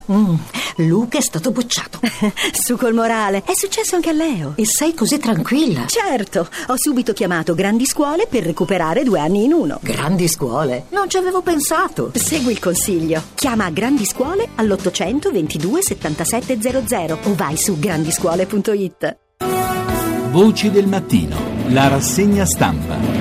Luca è stato bocciato. Su col morale. È successo anche a Leo. E sei così tranquilla? Certo, ho subito chiamato Grandi Scuole per recuperare 2 anni in uno. Grandi Scuole? Non ci avevo pensato. Segui il consiglio. Chiama Grandi Scuole all'800 22 77 00 o vai su grandiscuole.it. Voci del mattino, la rassegna stampa.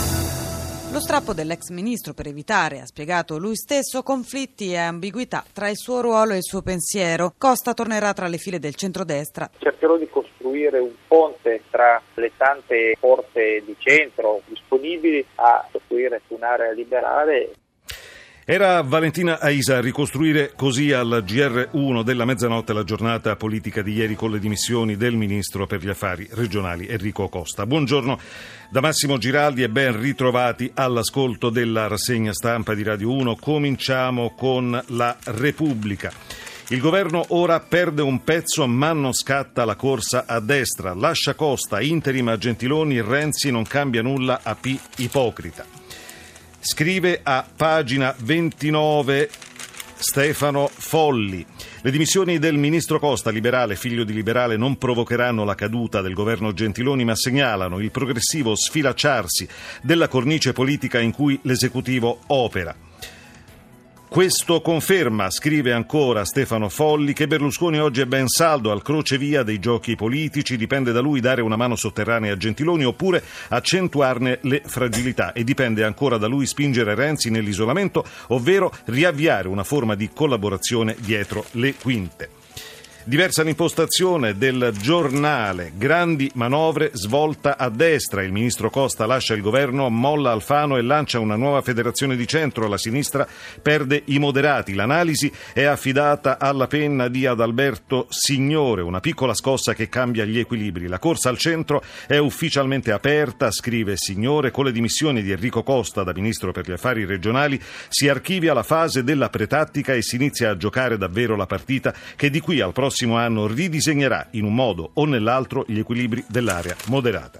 Lo strappo dell'ex ministro per evitare, ha spiegato lui stesso, conflitti e ambiguità tra il suo ruolo e il suo pensiero. Costa tornerà tra le file del centrodestra. Cercherò di costruire un ponte tra le tante forze di centro disponibili a costruire un'area liberale. Era Valentina Aisa a ricostruire così al GR1 della mezzanotte la giornata politica di ieri con le dimissioni del ministro per gli affari regionali Enrico Costa. Buongiorno da Massimo Giraldi e ben ritrovati all'ascolto della rassegna stampa di Radio 1. Cominciamo con la Repubblica. Il governo ora perde un pezzo ma non scatta la corsa a destra. Lascia Costa, interim a Gentiloni, Renzi non cambia nulla a P ipocrita. Scrive a pagina 29 Stefano Folli. Le dimissioni del ministro Costa, liberale, figlio di liberale, non provocheranno la caduta del governo Gentiloni, ma segnalano il progressivo sfilacciarsi della cornice politica in cui l'esecutivo opera. Questo conferma, scrive ancora Stefano Folli, che Berlusconi oggi è ben saldo al crocevia dei giochi politici, dipende da lui dare una mano sotterranea a Gentiloni oppure accentuarne le fragilità e dipende ancora da lui spingere Renzi nell'isolamento, ovvero riavviare una forma di collaborazione dietro le quinte. Diversa l'impostazione del Giornale, grandi manovre, svolta a destra, il ministro Costa lascia il governo, molla Alfano e lancia una nuova federazione di centro, la sinistra perde i moderati, l'analisi è affidata alla penna di Adalberto Signore, una piccola scossa che cambia gli equilibri, la corsa al centro è ufficialmente aperta, scrive Signore, con le dimissioni di Enrico Costa da ministro per gli affari regionali si archivia la fase della pretattica e si inizia a giocare davvero la partita che di qui al prossimo anno ridisegnerà in un modo o nell'altro gli equilibri dell'area moderata.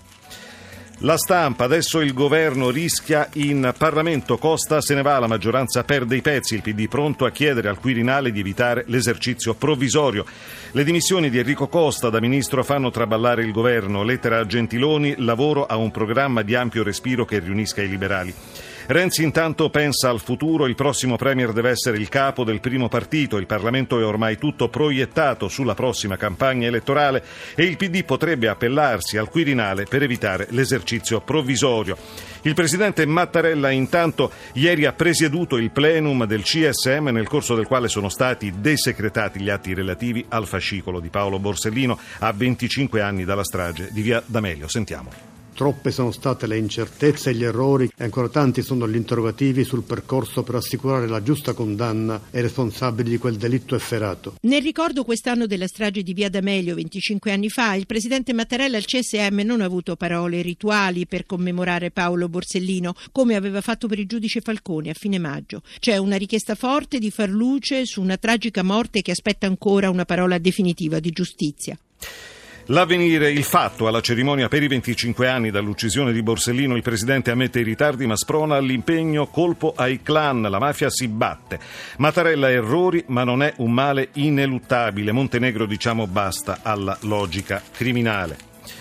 La Stampa, adesso il governo rischia in Parlamento, Costa se ne va, la maggioranza perde i pezzi, il PD pronto a chiedere al Quirinale di evitare l'esercizio provvisorio. Le dimissioni di Enrico Costa da ministro fanno traballare il governo, lettera a Gentiloni, lavoro a un programma di ampio respiro che riunisca i liberali. Renzi intanto pensa al futuro, il prossimo premier deve essere il capo del primo partito, il Parlamento è ormai tutto proiettato sulla prossima campagna elettorale e il PD potrebbe appellarsi al Quirinale per evitare l'esercizio provvisorio. Il presidente Mattarella intanto ieri ha presieduto il plenum del CSM nel corso del quale sono stati desecretati gli atti relativi al fascicolo di Paolo Borsellino a 25 anni dalla strage di Via D'Amelio. Sentiamo. Troppe sono state le incertezze e gli errori e ancora tanti sono gli interrogativi sul percorso per assicurare la giusta condanna ai responsabili di quel delitto efferato. Nel ricordo quest'anno della strage di Via D'Amelio 25 anni fa, il presidente Mattarella al CSM non ha avuto parole rituali per commemorare Paolo Borsellino, come aveva fatto per il giudice Falcone a fine maggio. C'è una richiesta forte di far luce su una tragica morte che aspetta ancora una parola definitiva di giustizia. L'Avvenire, il fatto, alla cerimonia per i 25 anni dall'uccisione di Borsellino, il presidente ammette i ritardi ma sprona all'impegno, colpo ai clan, la mafia si batte. Mattarella errori ma non è un male ineluttabile, Montenegro diciamo basta alla logica criminale.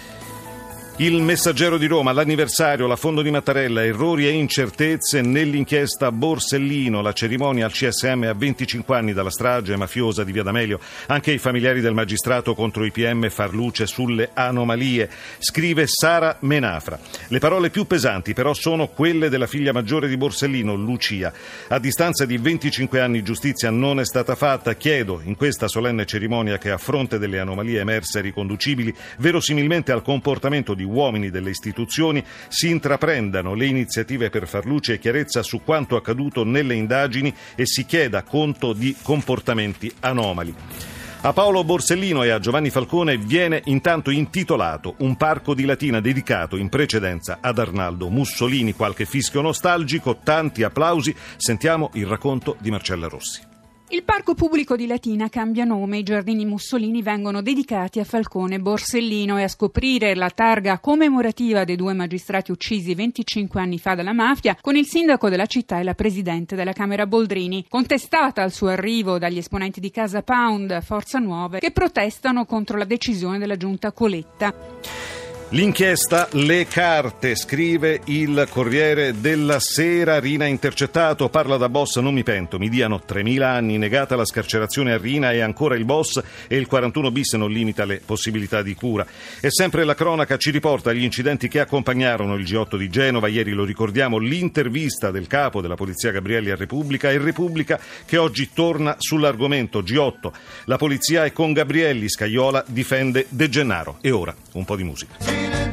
Il Messaggero di Roma, l'anniversario, l'affondo di Mattarella, errori e incertezze nell'inchiesta Borsellino, la cerimonia al CSM a 25 anni dalla strage mafiosa di Via D'Amelio, anche i familiari del magistrato contro i PM far luce sulle anomalie, scrive Sara Menafra. Le parole più pesanti però sono quelle della figlia maggiore di Borsellino, Lucia. A distanza di 25 anni giustizia non è stata fatta, chiedo in questa solenne cerimonia che a fronte delle anomalie emerse riconducibili verosimilmente al comportamento di uomini delle istituzioni si intraprendano le iniziative per far luce e chiarezza su quanto accaduto nelle indagini e si chieda conto di comportamenti anomali. A Paolo Borsellino e a Giovanni Falcone viene intanto intitolato un parco di Latina dedicato in precedenza ad Arnaldo Mussolini, qualche fischio nostalgico, tanti applausi. Sentiamo il racconto di Marcella Rossi. Il parco pubblico di Latina cambia nome, i giardini Mussolini vengono dedicati a Falcone Borsellino, e a scoprire la targa commemorativa dei 2 magistrati uccisi 25 anni fa dalla mafia con il sindaco della città e la presidente della Camera Boldrini, contestata al suo arrivo dagli esponenti di Casa Pound, Forza Nuove, che protestano contro la decisione della giunta Coletta. L'inchiesta Le carte, scrive il Corriere della Sera. Rina intercettato, parla da boss, non mi pento, mi diano 3.000 anni, negata la scarcerazione a Rina e ancora il boss, e il 41 bis non limita le possibilità di cura. E sempre la cronaca ci riporta gli incidenti che accompagnarono il G8 di Genova. Ieri, lo ricordiamo, l'intervista del capo della polizia Gabrielli a Repubblica, e Repubblica che oggi torna sull'argomento G8. La polizia è con Gabrielli, Scajola difende De Gennaro. E ora un po' di musica.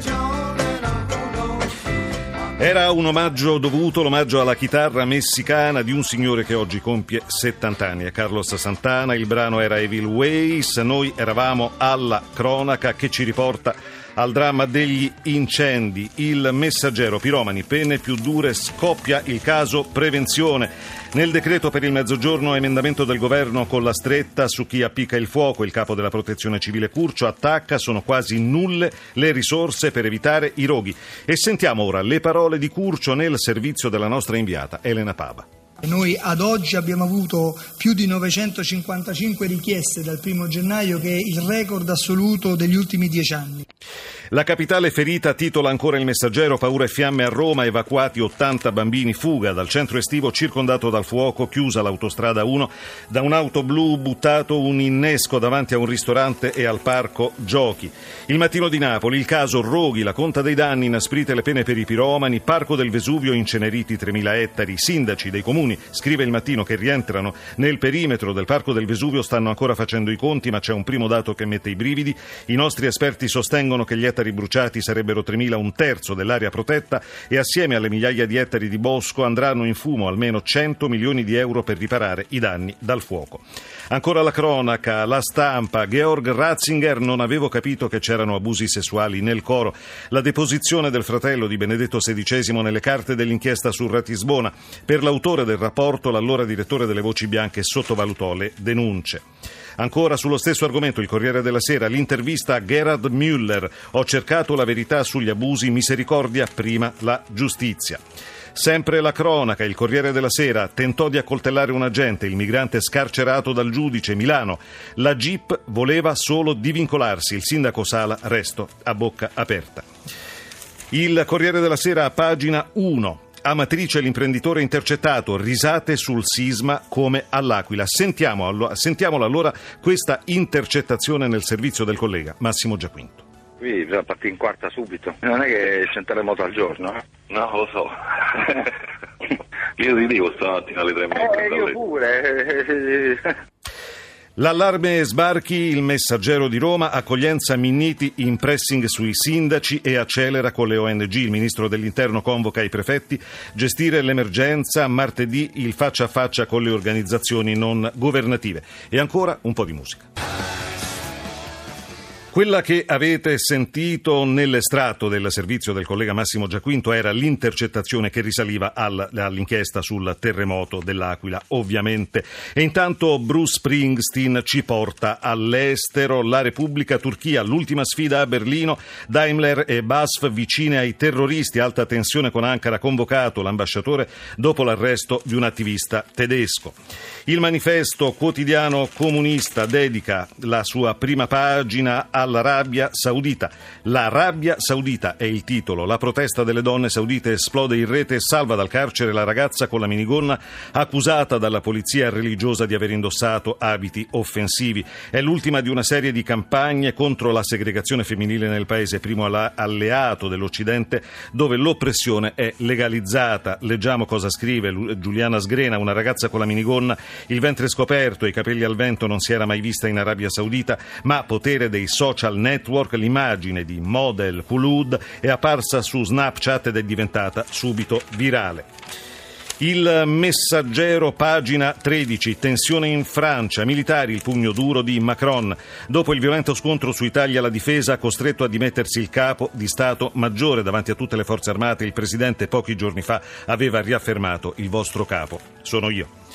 Era un omaggio dovuto, l'omaggio alla chitarra messicana di un signore che oggi compie 70 anni, è Carlos Santana. Il brano era Evil Ways. Noi eravamo alla cronaca che ci riporta al dramma degli incendi. Il Messaggero, piromani, pene più dure, scoppia il caso prevenzione. Nel decreto per il Mezzogiorno, emendamento del governo con la stretta su chi appicca il fuoco. Il capo della protezione civile Curcio attacca, sono quasi nulle le risorse per evitare i roghi. E sentiamo ora le parole di Curcio nel servizio della nostra inviata Elena Pava. Noi ad oggi abbiamo avuto più di 955 richieste dal 1 gennaio, che è il record assoluto degli ultimi 10 anni. La capitale ferita, titola ancora il Messaggero, paura e fiamme a Roma, evacuati 80 bambini, fuga dal centro estivo circondato dal fuoco, chiusa l'autostrada 1, da un'auto blu buttato un innesco davanti a un ristorante e al parco giochi. Il Mattino di Napoli, il caso Roghi, la conta dei danni, inasprite le pene per i piromani, parco del Vesuvio inceneriti 3.000 ettari, sindaci dei comuni, scrive il Mattino, che rientrano nel perimetro del parco del Vesuvio stanno ancora facendo i conti, ma c'è un primo dato che mette i brividi. I nostri esperti sostengono che gli ettari bruciati sarebbero 3.000, un terzo dell'area protetta, e assieme alle migliaia di ettari di bosco andranno in fumo almeno 100 milioni di euro per riparare i danni dal fuoco. Ancora la cronaca, La Stampa, Georg Ratzinger, non avevo capito che c'erano abusi sessuali nel coro. La deposizione del fratello di Benedetto XVI nelle carte dell'inchiesta su Ratisbona. Per l'autore del rapporto, l'allora direttore delle Voci Bianche sottovalutò le denunce. Ancora sullo stesso argomento, il Corriere della Sera, l'intervista a Gerhard Müller. Ho cercato la verità sugli abusi, misericordia prima la giustizia. Sempre la cronaca, il Corriere della Sera, tentò di accoltellare un agente, il migrante scarcerato dal giudice, Milano. La GIP voleva solo divincolarsi, il sindaco Sala, resto a bocca aperta. Il Corriere della Sera, pagina 1. Amatrice, l'imprenditore intercettato, risate sul sisma come all'Aquila. Sentiamola allora questa intercettazione nel servizio del collega Massimo Giaquinto. Qui bisogna partire in quarta subito, non è che c'è un terremoto al giorno, eh? No, lo so. Io ridevo stamattina alle 3:30. Io pure. L'allarme sbarchi, il Messaggero di Roma, accoglienza Minniti in pressing sui sindaci e accelera con le ONG. Il ministro dell'Interno convoca i prefetti, gestire l'emergenza, martedì il faccia a faccia con le organizzazioni non governative. E ancora un po' di musica. Quella che avete sentito nell'estratto del servizio del collega Massimo Giaquinto era l'intercettazione che risaliva all'inchiesta sul terremoto dell'Aquila, ovviamente. E intanto Bruce Springsteen ci porta all'estero. La Repubblica, Turchia, l'ultima sfida a Berlino, Daimler e BASF vicine ai terroristi, alta tensione con Ankara, convocato l'ambasciatore dopo l'arresto di un attivista tedesco. Il Manifesto, quotidiano comunista, dedica la sua prima pagina all'Arabia Saudita. L'Arabia Saudita è il titolo. La protesta delle donne saudite esplode in rete e salva dal carcere la ragazza con la minigonna accusata dalla polizia religiosa di aver indossato abiti offensivi. È l'ultima di una serie di campagne contro la segregazione femminile nel paese, primo alleato dell'Occidente dove l'oppressione è legalizzata. Leggiamo cosa scrive Giuliana Sgrena, una ragazza con la minigonna, il ventre scoperto e i capelli al vento non si era mai vista in Arabia Saudita, ma potere dei social network, l'immagine di model Khulud è apparsa su Snapchat ed è diventata subito virale. Il Messaggero, pagina 13, tensione in Francia, militari, il pugno duro di Macron. Dopo il violento scontro su Italia, la difesa ha costretto a dimettersi il capo di Stato Maggiore davanti a tutte le forze armate. Il presidente pochi giorni fa aveva riaffermato: il vostro capo sono io.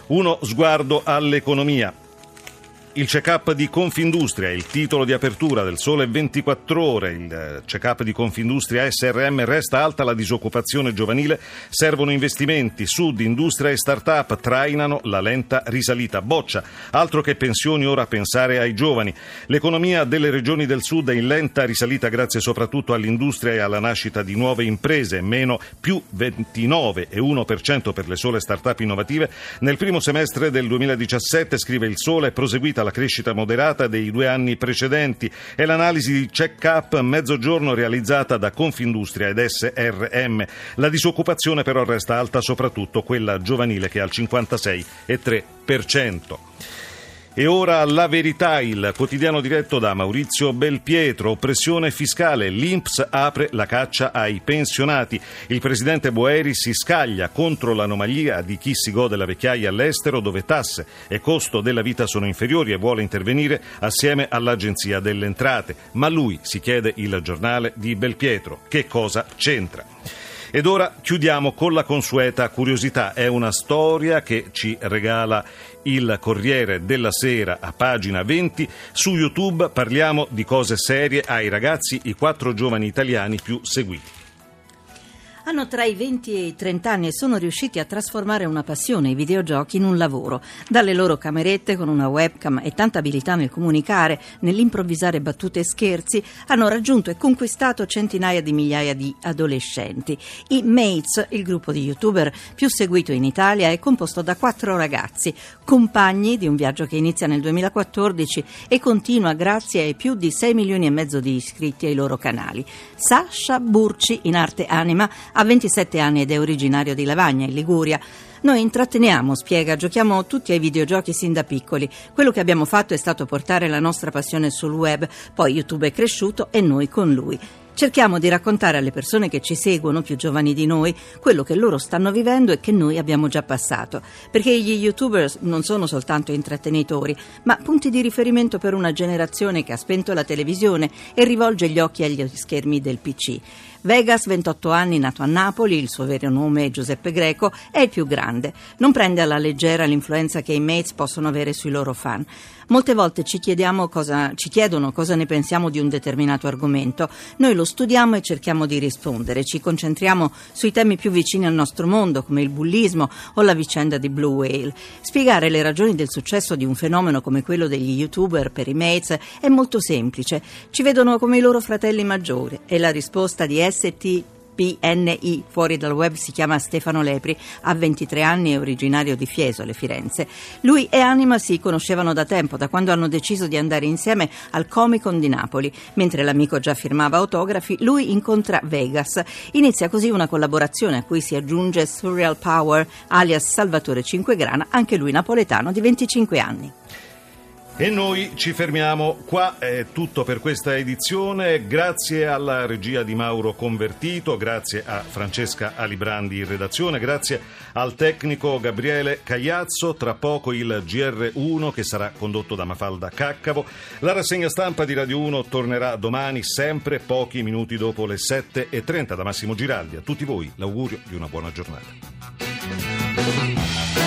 Uno sguardo all'economia. Il check-up di Confindustria, il titolo di apertura del Sole 24 Ore. Il check-up di Confindustria SRM: resta alta la disoccupazione giovanile, servono investimenti, Sud, industria e start-up trainano la lenta risalita. Boccia, altro che pensioni, ora pensare ai giovani. L'economia delle regioni del Sud è in lenta risalita grazie soprattutto all'industria e alla nascita di nuove imprese, meno più 29,1% per le sole start-up innovative. Nel primo semestre del 2017, scrive il Sole, è proseguita la crescita moderata dei 2 anni precedenti. È l'analisi di check-up Mezzogiorno realizzata da Confindustria ed SRM. La disoccupazione però resta alta, soprattutto quella giovanile, che è al 56,3%. E ora La Verità, il quotidiano diretto da Maurizio Belpietro. Oppressione fiscale, l'INPS apre la caccia ai pensionati. Il presidente Boeri si scaglia contro l'anomalia di chi si gode la vecchiaia all'estero, dove tasse e costo della vita sono inferiori, e vuole intervenire assieme all'Agenzia delle Entrate. Ma lui, si chiede il giornale di Belpietro, che cosa c'entra? Ed ora chiudiamo con la consueta curiosità. È una storia che ci regala il Corriere della Sera a pagina 20. Su YouTube parliamo di cose serie ai ragazzi, i 4 giovani italiani più seguiti. Hanno tra i 20 e i 30 anni e sono riusciti a trasformare una passione, i videogiochi, in un lavoro. Dalle loro camerette con una webcam e tanta abilità nel comunicare, nell'improvvisare battute e scherzi, hanno raggiunto e conquistato centinaia di migliaia di adolescenti. I Mates, il gruppo di youtuber più seguito in Italia, è composto da 4 ragazzi, compagni di un viaggio che inizia nel 2014 e continua grazie ai più di 6 milioni e mezzo di iscritti ai loro canali. Sasha Burci, in arte anima, ha 27 anni ed è originario di Lavagna, in Liguria. Noi intratteniamo, spiega, giochiamo tutti ai videogiochi sin da piccoli. Quello che abbiamo fatto è stato portare la nostra passione sul web, poi YouTube è cresciuto e noi con lui. Cerchiamo di raccontare alle persone che ci seguono, più giovani di noi, quello che loro stanno vivendo e che noi abbiamo già passato. Perché gli YouTubers non sono soltanto intrattenitori, ma punti di riferimento per una generazione che ha spento la televisione e rivolge gli occhi agli schermi del PC. Vegas, 28 anni, nato a Napoli, il suo vero nome è Giuseppe Greco, è il più grande. Non prende alla leggera l'influenza che i Mates possono avere sui loro fan. Molte volte ci chiedono cosa ne pensiamo di un determinato argomento. Noi lo studiamo e cerchiamo di rispondere. Ci concentriamo sui temi più vicini al nostro mondo, come il bullismo o la vicenda di Blue Whale. Spiegare le ragioni del successo di un fenomeno come quello degli YouTuber per i Mates è molto semplice. Ci vedono come i loro fratelli maggiori e la risposta di PNI fuori dal web si chiama Stefano Lepri, ha 23 anni, è originario di Fiesole, Firenze. Lui e Anima si conoscevano da tempo, da quando hanno deciso di andare insieme al Comic Con di Napoli. Mentre l'amico già firmava autografi, lui incontra Vegas. Inizia così una collaborazione a cui si aggiunge Surreal Power, alias Salvatore Cinquegrana, anche lui napoletano di 25 anni. E noi ci fermiamo qua, è tutto per questa edizione. Grazie alla regia di Mauro Convertito, grazie a Francesca Alibrandi in redazione, grazie al tecnico Gabriele Cagliazzo. Tra poco il GR1 che sarà condotto da Mafalda Caccavo. La rassegna stampa di Radio 1 tornerà domani, sempre pochi minuti dopo le 7:30. Da Massimo Giraldi a tutti voi l'augurio di una buona giornata.